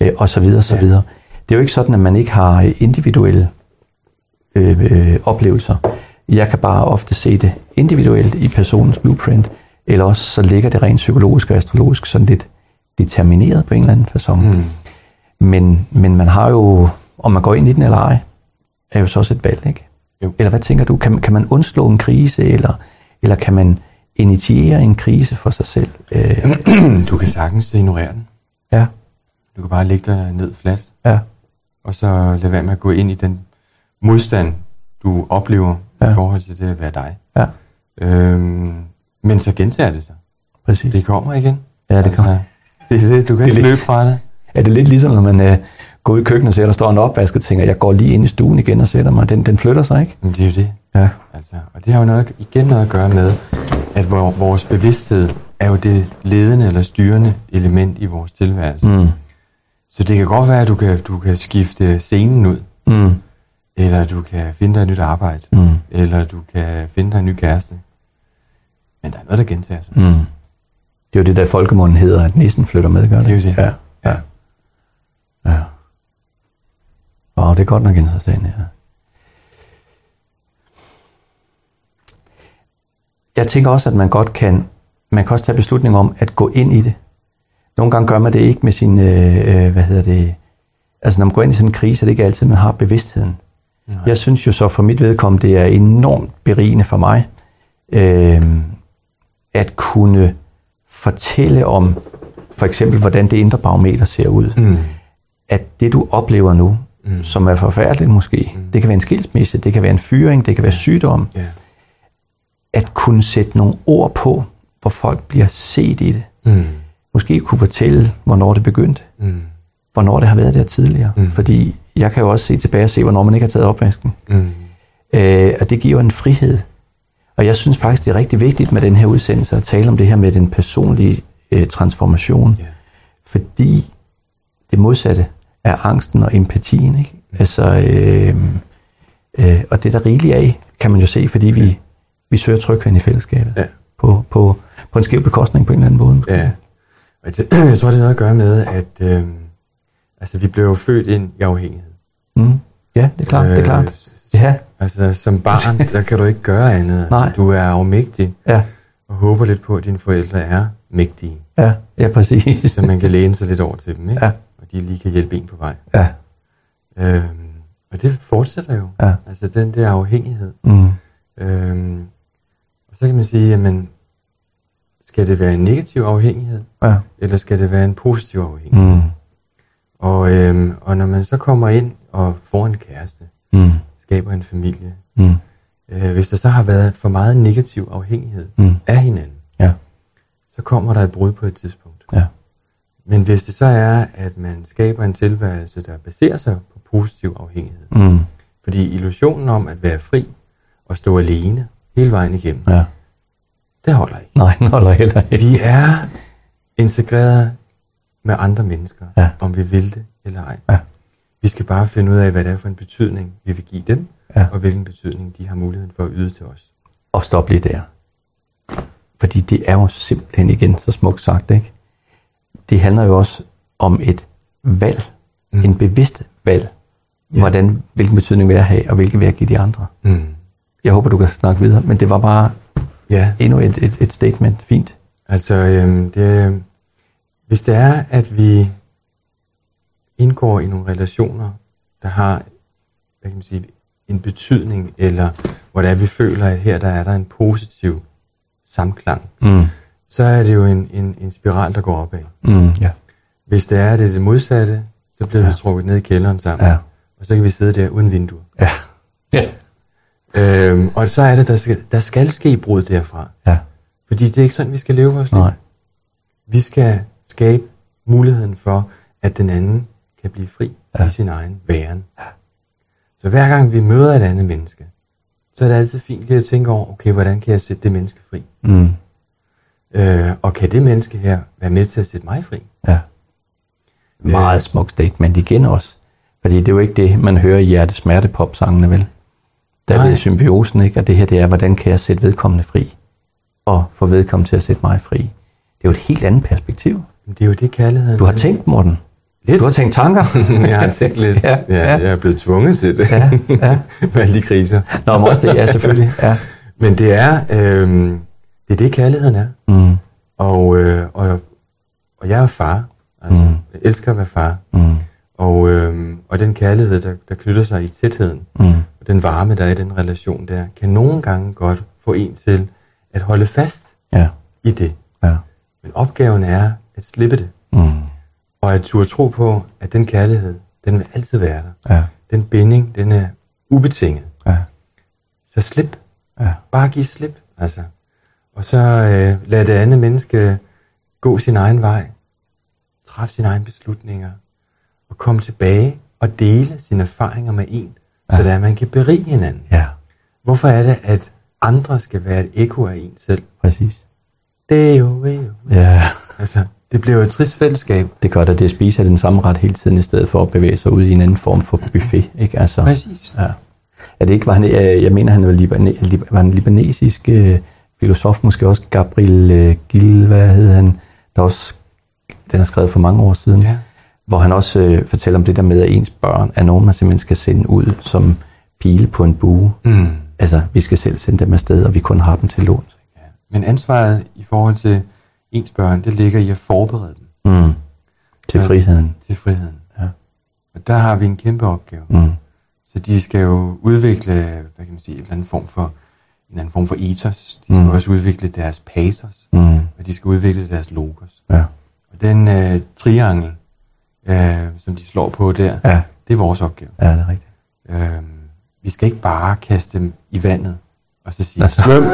og så videre, så videre. Det er jo ikke sådan, at man ikke har individuelle oplevelser. Jeg kan bare ofte se det individuelt i personens blueprint, eller også så ligger det rent psykologisk og astrologisk sådan lidt determineret på en eller anden facon. Men man har jo, om man går ind i den eller ej, er jo så også et valg, ikke? Jo. Eller hvad tænker du? Kan man undslå en krise, eller kan man initiere en krise for sig selv? Du kan sagtens ignorere den. Ja. Du kan bare lægge dig ned fladt. Ja. Og så lade være med at gå ind i den modstand, du oplever i forhold til det at være dig. Ja. Men så gentager det sig. Præcis. Det kommer igen. Ja, det kommer. Det er det, du kan ikke løbe fra det. Er det lidt ligesom, når man går ud i køkkenet og ser, der står en opvask og tænker, jeg går lige ind i stuen igen og sætter mig. Den flytter sig, ikke? Men det er jo det. Ja. Altså, og det har jo noget at gøre med, at vores bevidsthed er jo det ledende eller styrende element i vores tilværelse. Så det kan godt være, at du kan skifte scenen ud. Eller du kan finde dig et nyt arbejde. Eller du kan finde dig en ny kæreste. Men der er noget, der gentager sig. Det er jo det, der folkemunden hedder, at nissen flytter med, gør det? Det er jo det. Ja. Wow, det er godt nok interessant, ja. Jeg tænker også, at man kan også tage beslutning om at gå ind i det. Nogle gange gør man det ikke med sin, altså når man går ind i sådan en krise, er det ikke altid, man har bevidstheden. Nej. Jeg synes jo så for mit vedkommende, det er enormt berigende for mig, at kunne fortælle om, for eksempel, hvordan det indre barometer ser ud. At det, du oplever nu, som er forfærdeligt måske, det kan være en skilsmisse, det kan være en fyring, det kan være sygdom, at kunne sætte nogle ord på, hvor folk bliver set i det. Måske kunne fortælle, hvornår det begyndte. Hvornår det har været der tidligere. Fordi jeg kan jo også se tilbage og se, hvornår man ikke har taget opvasken. Og det giver en frihed. Og jeg synes faktisk, det er rigtig vigtigt med den her udsendelse at tale om det her med den personlige transformation. Fordi det modsatte er angsten og empatien. Ikke? Altså, og det er der rigeligt af, kan man jo se, fordi vi søger trygheden i fællesskabet. På en skæv bekostning på en eller anden måde. Ja. Jeg tror, det er noget at gøre med, at altså, vi blev jo født ind i afhængighed. Ja, det er klart. Det er klart. Ja. Altså, som barn, der kan du ikke gøre andet. Altså, du er afmægtig, og håber lidt på, at dine forældre er mægtige. Ja, præcis. Så man kan læne sig lidt over til dem, ikke? Og de lige kan hjælpe en på vej. Og det fortsætter jo. Altså, den der afhængighed. Og så kan man sige, jamen, skal det være en negativ afhængighed, eller skal det være en positiv afhængighed? Og når man så kommer ind og får en kæreste, skaber en familie, hvis der så har været for meget negativ afhængighed af hinanden, så kommer der et brud på et tidspunkt. Men hvis det så er, at man skaber en tilværelse, der baserer sig på positiv afhængighed, fordi illusionen om at være fri og stå alene hele vejen igennem, det holder ikke. Nej, det holder heller ikke. Vi er integreret med andre mennesker, om vi vil det eller ej. Vi skal bare finde ud af, hvad det er for en betydning, vi vil give dem, og hvilken betydning de har muligheden for at yde til os. Og stop lige der. Fordi det er jo simpelthen igen så smukt sagt, ikke? Det handler jo også om et valg, en bevidst valg, hvilken betydning vil jeg have, og hvilken vil jeg give de andre. Jeg håber, du kan snakke videre, men det var bare endnu et statement. Fint. Altså, hvis det er, at vi indgår i nogle relationer, der har, hvad kan man sige, en betydning, eller hvor det er, vi føler, at her der er der en positiv samklang, så er det jo en spiral, der går opad. Hvis det er det modsatte, så bliver vi trukket ned i kælderen sammen, og så kan vi sidde der uden vinduer. Og så er det, der skal ske brud derfra. Fordi det er ikke sådan, vi skal leve vores liv. Vi skal skabe muligheden for, at den anden kan blive fri i sin egen væren. Så hver gang vi møder et andet menneske, så er det altid fint lige at tænke over, okay, hvordan kan jeg sætte det menneske fri? Og kan det menneske her være med til at sætte mig fri? Meget smukt statement igen også. Fordi det er jo ikke det, man hører i hjerte-smerte-pop-sangene, vel? Der er det symbiosen, ikke? Og det her, det er, hvordan kan jeg sætte vedkommende fri? Og få vedkommende til at sætte mig fri. Det er jo et helt andet perspektiv. Det er jo det, kærligheden. Du har tænkt, Morten. Lidt. Du har tænkt tanker? Jeg har tænkt lidt. Ja. Jeg er blevet tvunget til det. Ja. Med alle de kriser. Nå, men også det, ja, selvfølgelig. Ja. Men det er det kærligheden er. Mm. Og jeg er far. Altså, jeg elsker at være far. Mm. Og den kærlighed, der knytter sig i tætheden, og den varme, der er i den relation der, kan nogle gange godt få en til at holde fast i det. Ja. Men opgaven er at slippe det. Mm. Og at turde tro på, at den kærlighed, den vil altid være der. Ja. Den binding, den er ubetinget. Ja. Så slip. Ja. Bare giv slip. Altså. Og så lad det andet menneske gå sin egen vej. Træffe sine egne beslutninger. Og komme tilbage og dele sine erfaringer med en. Så der man kan berige hinanden. Ja. Hvorfor er det, at andre skal være et ekko af en selv? Præcis. Det er jo. Ja. Altså, det bliver jo et trist fællesskab. Det gør det at spise den samme ret hele tiden, i stedet for at bevæge sig ud i en anden form for buffet. Ikke? Altså, præcis. Ja. Er det ikke, var han, jeg mener, han var en libanesisk filosof, måske også Gabriel Gil, hvad hed han, der også, den er skrevet for mange år siden, hvor han også fortæller om det der med, at ens børn er nogen, man simpelthen skal sende ud som pile på en bue. Mm. Altså, vi skal selv sende dem afsted, og vi kun har dem til låns. Ja. Men ansvaret i forhold til ens børn, det ligger i at forberede dem. Mm. Til friheden. Til friheden. Ja. Og der har vi en kæmpe opgave. Mm. Så de skal jo udvikle, hvad kan man sige, en anden form for ethos. De skal også udvikle deres pathos. Mm. Og de skal udvikle deres logos. Ja. Og den triangel, som de slår på der, det er vores opgave. Ja, det er rigtigt. Vi skal ikke bare kaste dem i vandet, og så sige, svøm.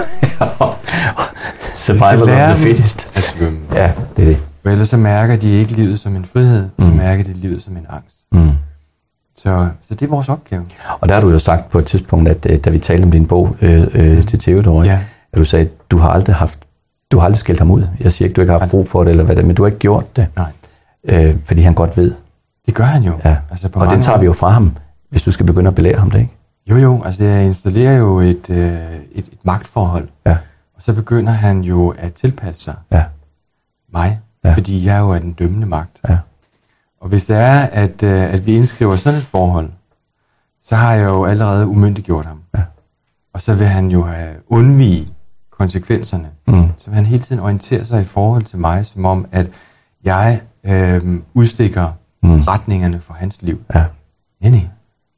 Survival of the fittest. At svømme. Ja, det er det. For ellers så mærker de ikke livet som en frihed, så mærker de livet som en angst. Mm. Så det er vores opgave. Og der har du jo sagt på et tidspunkt, at da vi talte om din bog til Theodor, at du sagde, at du har aldrig skældt ham ud. Jeg siger ikke, du ikke har haft brug for det, eller hvad det, men du har ikke gjort det. Nej. Fordi han godt ved. Det gør han jo. Ja. Altså og den tager vi jo fra ham, hvis du skal begynde at belære ham det, ikke? Jo, altså jeg installerer jo et magtforhold. Ja. Og så begynder han jo at tilpasse sig mig, fordi jeg jo er den dømmende magt. Ja. Og hvis det er, at vi indskriver sådan et forhold, så har jeg jo allerede umyndiggjort ham. Ja. Og så vil han jo have undvige konsekvenserne. Mm. Så vil han hele tiden orientere sig i forhold til mig, som om, at jeg udstikker retningerne for hans liv. Ja. Nej.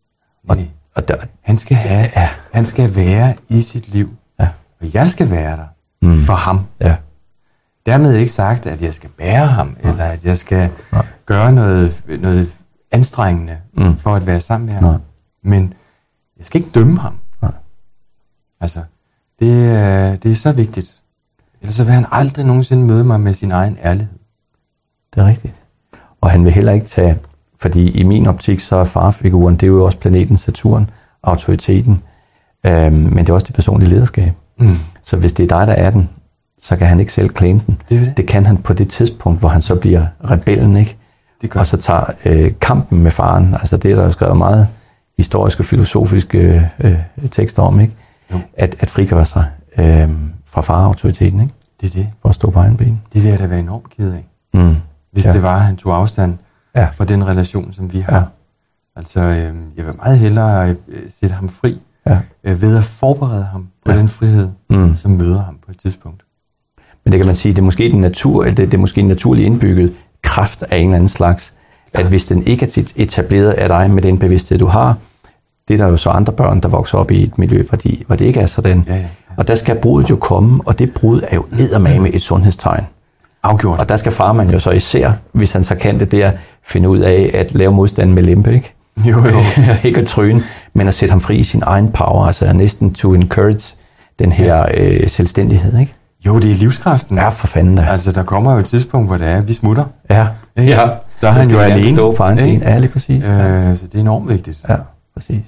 Han skal være i sit liv. Ja. Og jeg skal være der for ham. Ja. Dermed ikke sagt, at jeg skal bære ham, eller at jeg skal gøre noget anstrengende for at være sammen med ham. Men jeg skal ikke dømme ham. Altså, det er så vigtigt. Ellers så vil han aldrig nogensinde møde mig med sin egen ærlighed. Det er rigtigt. Og han vil heller ikke tage, fordi i min optik, så er farfiguren, det er jo også planeten Saturn, autoriteten, men det er også det personlige lederskab. Mm. Så hvis det er dig, der er den, så kan han ikke selv claim den. Det kan han på det tidspunkt, hvor han så bliver rebellen, ikke? Og så tager kampen med faren, altså det er der jo skrevet meget historiske, filosofiske tekster om, ikke? At frigøre sig fra farautoriteten, ikke? Det er det. For at stå på egen ben. Det vil jeg da være enormt ked af. Mm. Hvis det var, at han tog afstand fra den relation, som vi har. Ja. Altså, jeg vil meget hellere sætte ham fri ved at forberede ham på den frihed, som møder ham på et tidspunkt. Men det kan man sige, det er måske det er måske en naturlig indbygget kraft af en eller anden slags, at hvis den ikke er etableret af dig med den bevidsthed, du har, det er der jo så andre børn, der vokser op i et miljø, hvor det ikke er sådan. Ja. Og der skal bruddet jo komme, og det brud er jo eddermame et sundhedstegn. Afgjort. Og der skal farmand jo så især, hvis han så kan det der, finde ud af at lave modstand med lempe, ikke? Jo. Ikke at tryne, men at sætte ham fri i sin egen power, altså næsten to encourage den her selvstændighed, ikke? Jo, det er livskraften. Ja, for fanden da. Altså, der kommer jo et tidspunkt, hvor det er, vi smutter. Ja. Så er han jo alene. Stå på egen ben. Ja, lige præcis. Så det er enormt vigtigt. Ja, præcis.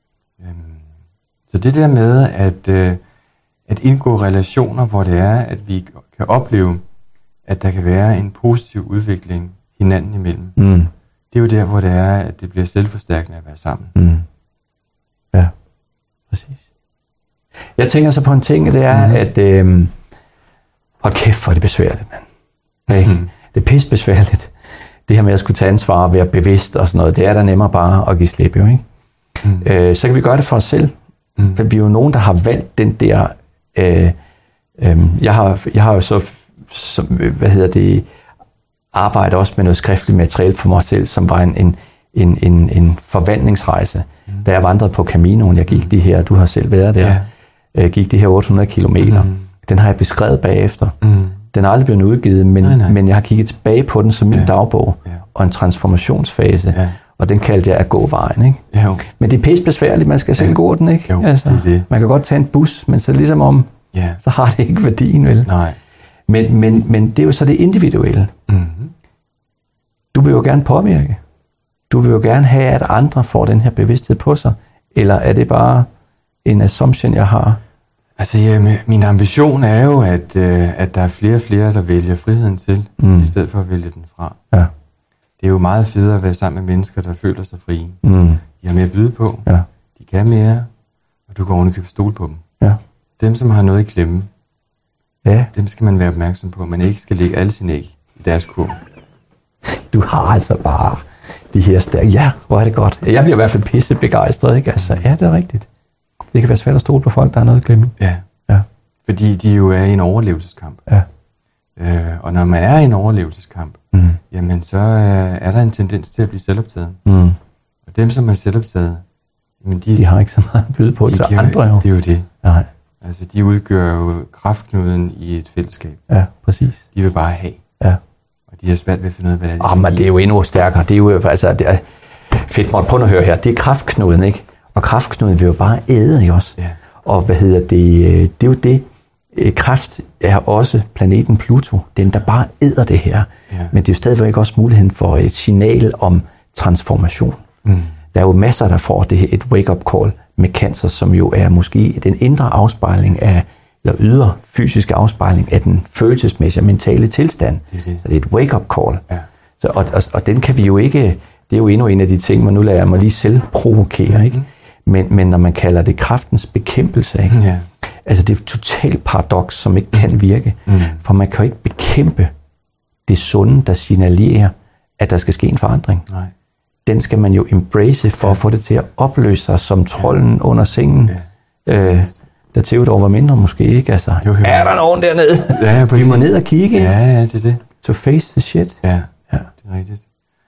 Så det der med at indgå relationer, hvor det er, at vi kan opleve, at der kan være en positiv udvikling hinanden imellem. Mm. Det er jo der, hvor det er, at det bliver selvforstærkende at være sammen. Mm. Ja, præcis. Jeg tænker så på en ting, det er, at hold kæft, hvor er det besværligt, mand. Okay? Det er pissebesværligt. det her med at skulle tage ansvar og være bevidst og sådan noget, det er da nemmere bare at give slip, jo, ikke? Så kan vi gøre det for os selv. For vi er jo nogen, der har valgt den der... Jeg har jo så arbejdet også med noget skriftligt materiale for mig selv, som var en forvandlingsrejse. Da jeg vandrede på Caminoen, jeg gik de her, du har selv været der, gik de her 800 kilometer. Den har jeg beskrevet bagefter. Den er aldrig blevet udgivet, men jeg har kigget tilbage på den som min dagbog og en transformationsfase. Og den kaldte jeg at gå vejen, ikke? Ja, okay. Men det er pisse besværligt, man skal selv gå den, ikke? Jo, altså, det. Man kan godt tage en bus, men så ligesom om, så har det ikke værdien, vel? Nej. Men det er jo så det individuelle. Du vil jo gerne påvirke. Du vil jo gerne have, at andre får den her bevidsthed på sig. Eller er det bare en assumption, jeg har? Altså, min ambition er jo, at der er flere og flere, der vælger friheden til, i stedet for at vælge den fra. Ja. Det er jo meget federe at være sammen med mennesker, der føler sig frie. De har mere at byde på. Ja. De kan mere, og du kan ovenikøbet stole på dem. Ja. Dem, som har noget i klemme, dem skal man være opmærksom på, at man ikke skal lægge alle sine æg i deres kurv. Du har altså bare de her stærke. Ja, hvor er det godt. Jeg bliver i hvert fald pisse begejstret, ikke? Altså, ja, det er rigtigt. Det kan være svært at stole på folk, der har noget i klemme. Ja. Fordi de jo er i en overlevelseskamp. Ja. Og når man er i en overlevelseskamp, jamen så er der en tendens til at blive selvoptaget. Og dem, som er selvoptaget, jamen de har ikke så meget at byde på til andre jo. Det er jo det. Nej. Altså, de udgør jo kraftknuden i et fællesskab. Ja, præcis. De vil bare have. Ja. Og de har svært ved at finde ud af, hvad det er, men det er jo endnu stærkere. Det er jo, altså, det er fedt, Morten, prøv at høre her. Det er kraftknuden, ikke? Og kraftknuden vil jo bare æde, ikke også? Ja. Og det er jo det. Kræft er også planeten Pluto. Den, der bare æder det her. Ja. Men det er jo stadigvæk også muligheden for et signal om transformation. Der er jo masser, der får det her, et wake-up call med cancer, som jo er måske den indre afspejling af, eller ydre fysiske afspejling af den følelsesmæssige mentale tilstand. Så det er et wake-up call. Ja. Så, og den kan vi jo ikke, det er jo endnu en af de ting, man nu lader jeg mig lige selv provokere, ikke? Men når man kalder det kræftens bekæmpelse, ikke? Ja. Altså det er et totalt paradoks, som ikke kan virke. For man kan jo ikke bekæmpe det sunde, der signalerer, at der skal ske en forandring. Nej. Den skal man jo embrace for at få det til at opløse sig som trolden under sengen. Da Theodor var mindre måske, ikke? Altså, jo. Er der nogen dernede? Ja, vi må ned og kigge. Ja, det er det. To face the shit. Ja, det er rigtigt.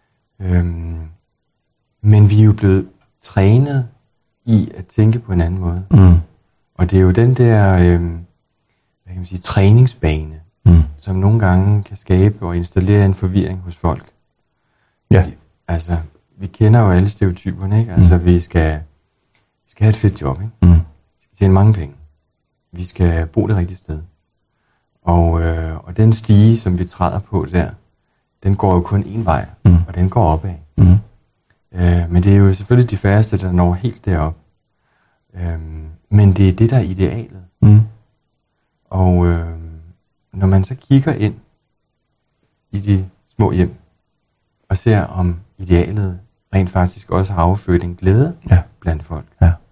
Men vi er jo blevet trænet i at tænke på en anden måde. Og det er jo den der, hvad kan man sige, træningsbane, som nogle gange kan skabe og installere en forvirring hos folk. Ja. Altså, vi kender jo alle stereotyperne, ikke? Altså, vi skal have et fedt job, ikke? Vi skal tjene mange penge. Vi skal bo det rigtige sted. Og den stige, som vi træder på der, den går jo kun én vej, og den går opad. Men det er jo selvfølgelig de færreste, der når helt derop. Men det er det, der er idealet. Og når man så kigger ind i de små hjem, og ser om idealet rent faktisk også har affødt en glæde blandt folk,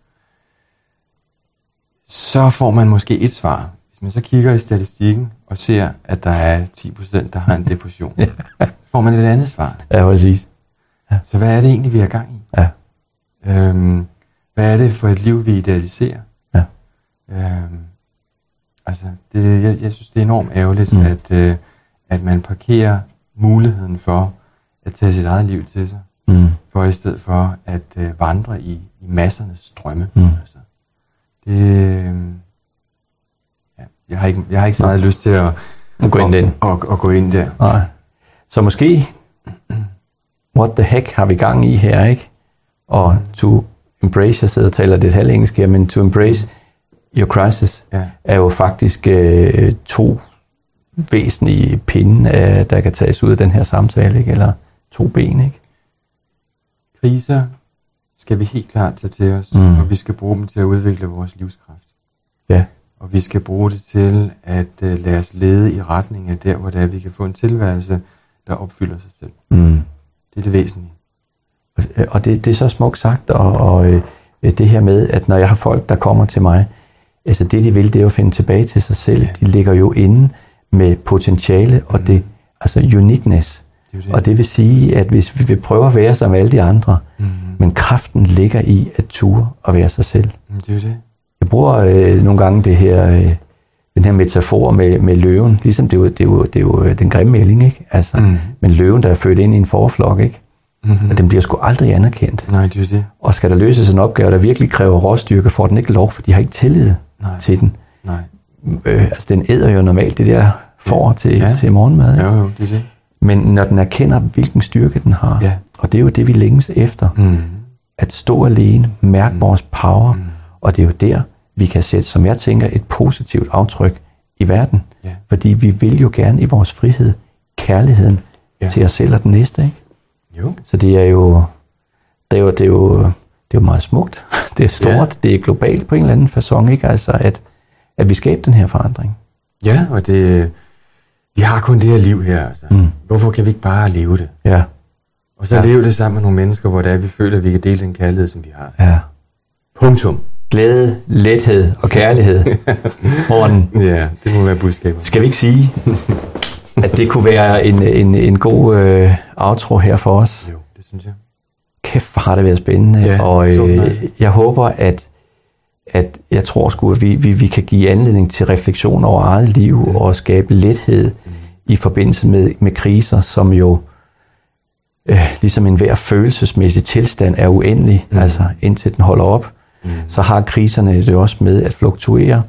så får man måske et svar. Hvis man så kigger i statistikken og ser, at der er 10%, der har en depression, får man et andet svar. Ja, præcis. Ja. Så hvad er det egentlig, vi har gang i? Ja. Hvad er det for et liv, vi idealiserer? Ja. Altså, jeg synes, det er enormt ærgerligt, at man parkerer muligheden for at tage sit eget liv til sig, for i stedet for at vandre i massernes strømme. Altså, jeg har ikke så meget lyst til at gå ind der. Nej. Så måske, what the heck har vi gang i her, ikke? Og to embrace, jeg sidder og taler lidt halv engelsk her, men to embrace your crisis er jo faktisk 2 væsentlige pinde, der kan tages ud af den her samtale, ikke? Eller 2 ben, ikke? Kriser skal vi helt klart tage til os, og vi skal bruge dem til at udvikle vores livskraft. Ja. Og vi skal bruge det til at lade os lede i retning af der, hvor det er, vi kan få en tilværelse, der opfylder sig selv. Det er det væsentlige. Og det er så smukt sagt, og det her med, at når jeg har folk, der kommer til mig, altså det de vil, det er jo at finde tilbage til sig selv. Ja. De ligger jo inde med potentiale, og det, altså uniqueness. Og det vil sige, at hvis vi vil prøve at være som alle de andre, men kraften ligger i at ture og være sig selv. Det er det. Jeg bruger nogle gange den her metafor med løven, ligesom det er jo den grimme melding, ikke? Altså, men løven, der er født ind i en forflok, ikke? Og den bliver sgu aldrig anerkendt. Nej, det er det. Og skal der løses en opgave, der virkelig kræver råstyrke, får den ikke lov, for de har ikke tillid til den. Nej. Altså, den æder jo normalt det der får til morgenmad. Ikke? Jo, det er det. Men når den erkender, hvilken styrke den har, og det er jo det, vi længes efter, at stå alene, mærke vores power, og det er jo der, vi kan sætte, som jeg tænker, et positivt aftryk i verden. Fordi vi vil jo gerne i vores frihed, kærligheden til os selv og den næste, ikke? Jo. Så det er jo meget smukt. Det er stort, det er globalt på en eller anden facon, ikke? Altså at vi skaber den her forandring. Ja, og vi har kun det her liv her. Altså. Hvorfor kan vi ikke bare leve det? Ja. Og så leve det sammen med nogle mennesker, hvor det er, vi føler, at vi kan dele den kærlighed, som vi har. Ja. Punktum. Glæde, lethed og kærlighed. Morten. Ja, det må være budskabet. Skal vi ikke sige, at det kunne være en god outro her for os? Jo, det synes jeg. Kæft, hvor har det været spændende. Ja, og jeg håber, at jeg tror sgu, at vi kan give anledning til refleksion over eget liv og skabe lethed i forbindelse med kriser, som jo ligesom enhver følelsesmæssig tilstand er uendelig, altså indtil den holder op. Så har kriserne det også med at fluktuere.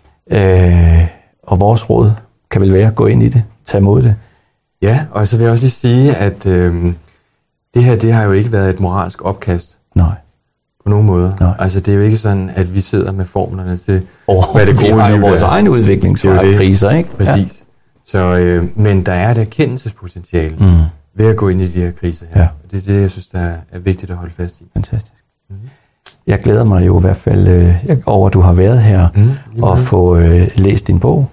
Og vores råd kan vel være at gå ind i det, tage imod det. Ja, og så vil jeg også lige sige, at det her, det har jo ikke været et moralsk opkast. Nej. På nogen måde. Nej. Altså det er jo ikke sådan, at vi sidder med formlerne til, hvad det gode liv er. Vi har jo vores egen udviklingspriser, ikke? Præcis. Ja. Så, men der er et erkendelsespotentiale ved at gå ind i de her kriser her. Ja. Og det er det, jeg synes, der er vigtigt at holde fast i. Fantastisk. Jeg glæder mig jo i hvert fald over, at du har været her og få læst din bog.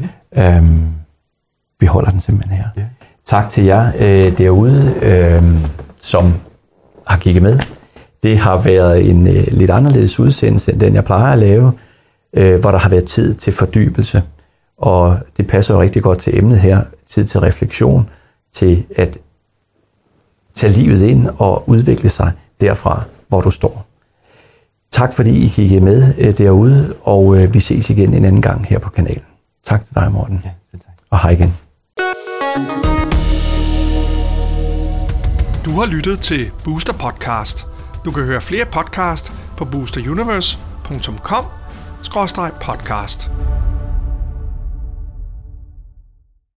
Vi holder den simpelthen her. Ja. Tak til jer derude, som har kigget med. Det har været en lidt anderledes udsendelse, end den jeg plejer at lave, hvor der har været tid til fordybelse. Og det passer jo rigtig godt til emnet her. Tid til refleksion, til at tage livet ind og udvikle sig derfra, hvor du står. Tak fordi I kiggede med derude, og vi ses igen en anden gang her på kanalen. Tak til dig, Morten. Ja, selv tak. Og hej igen. Du har lyttet til Booster Podcast. Du kan høre flere podcast på boosteruniverse.com/podcast.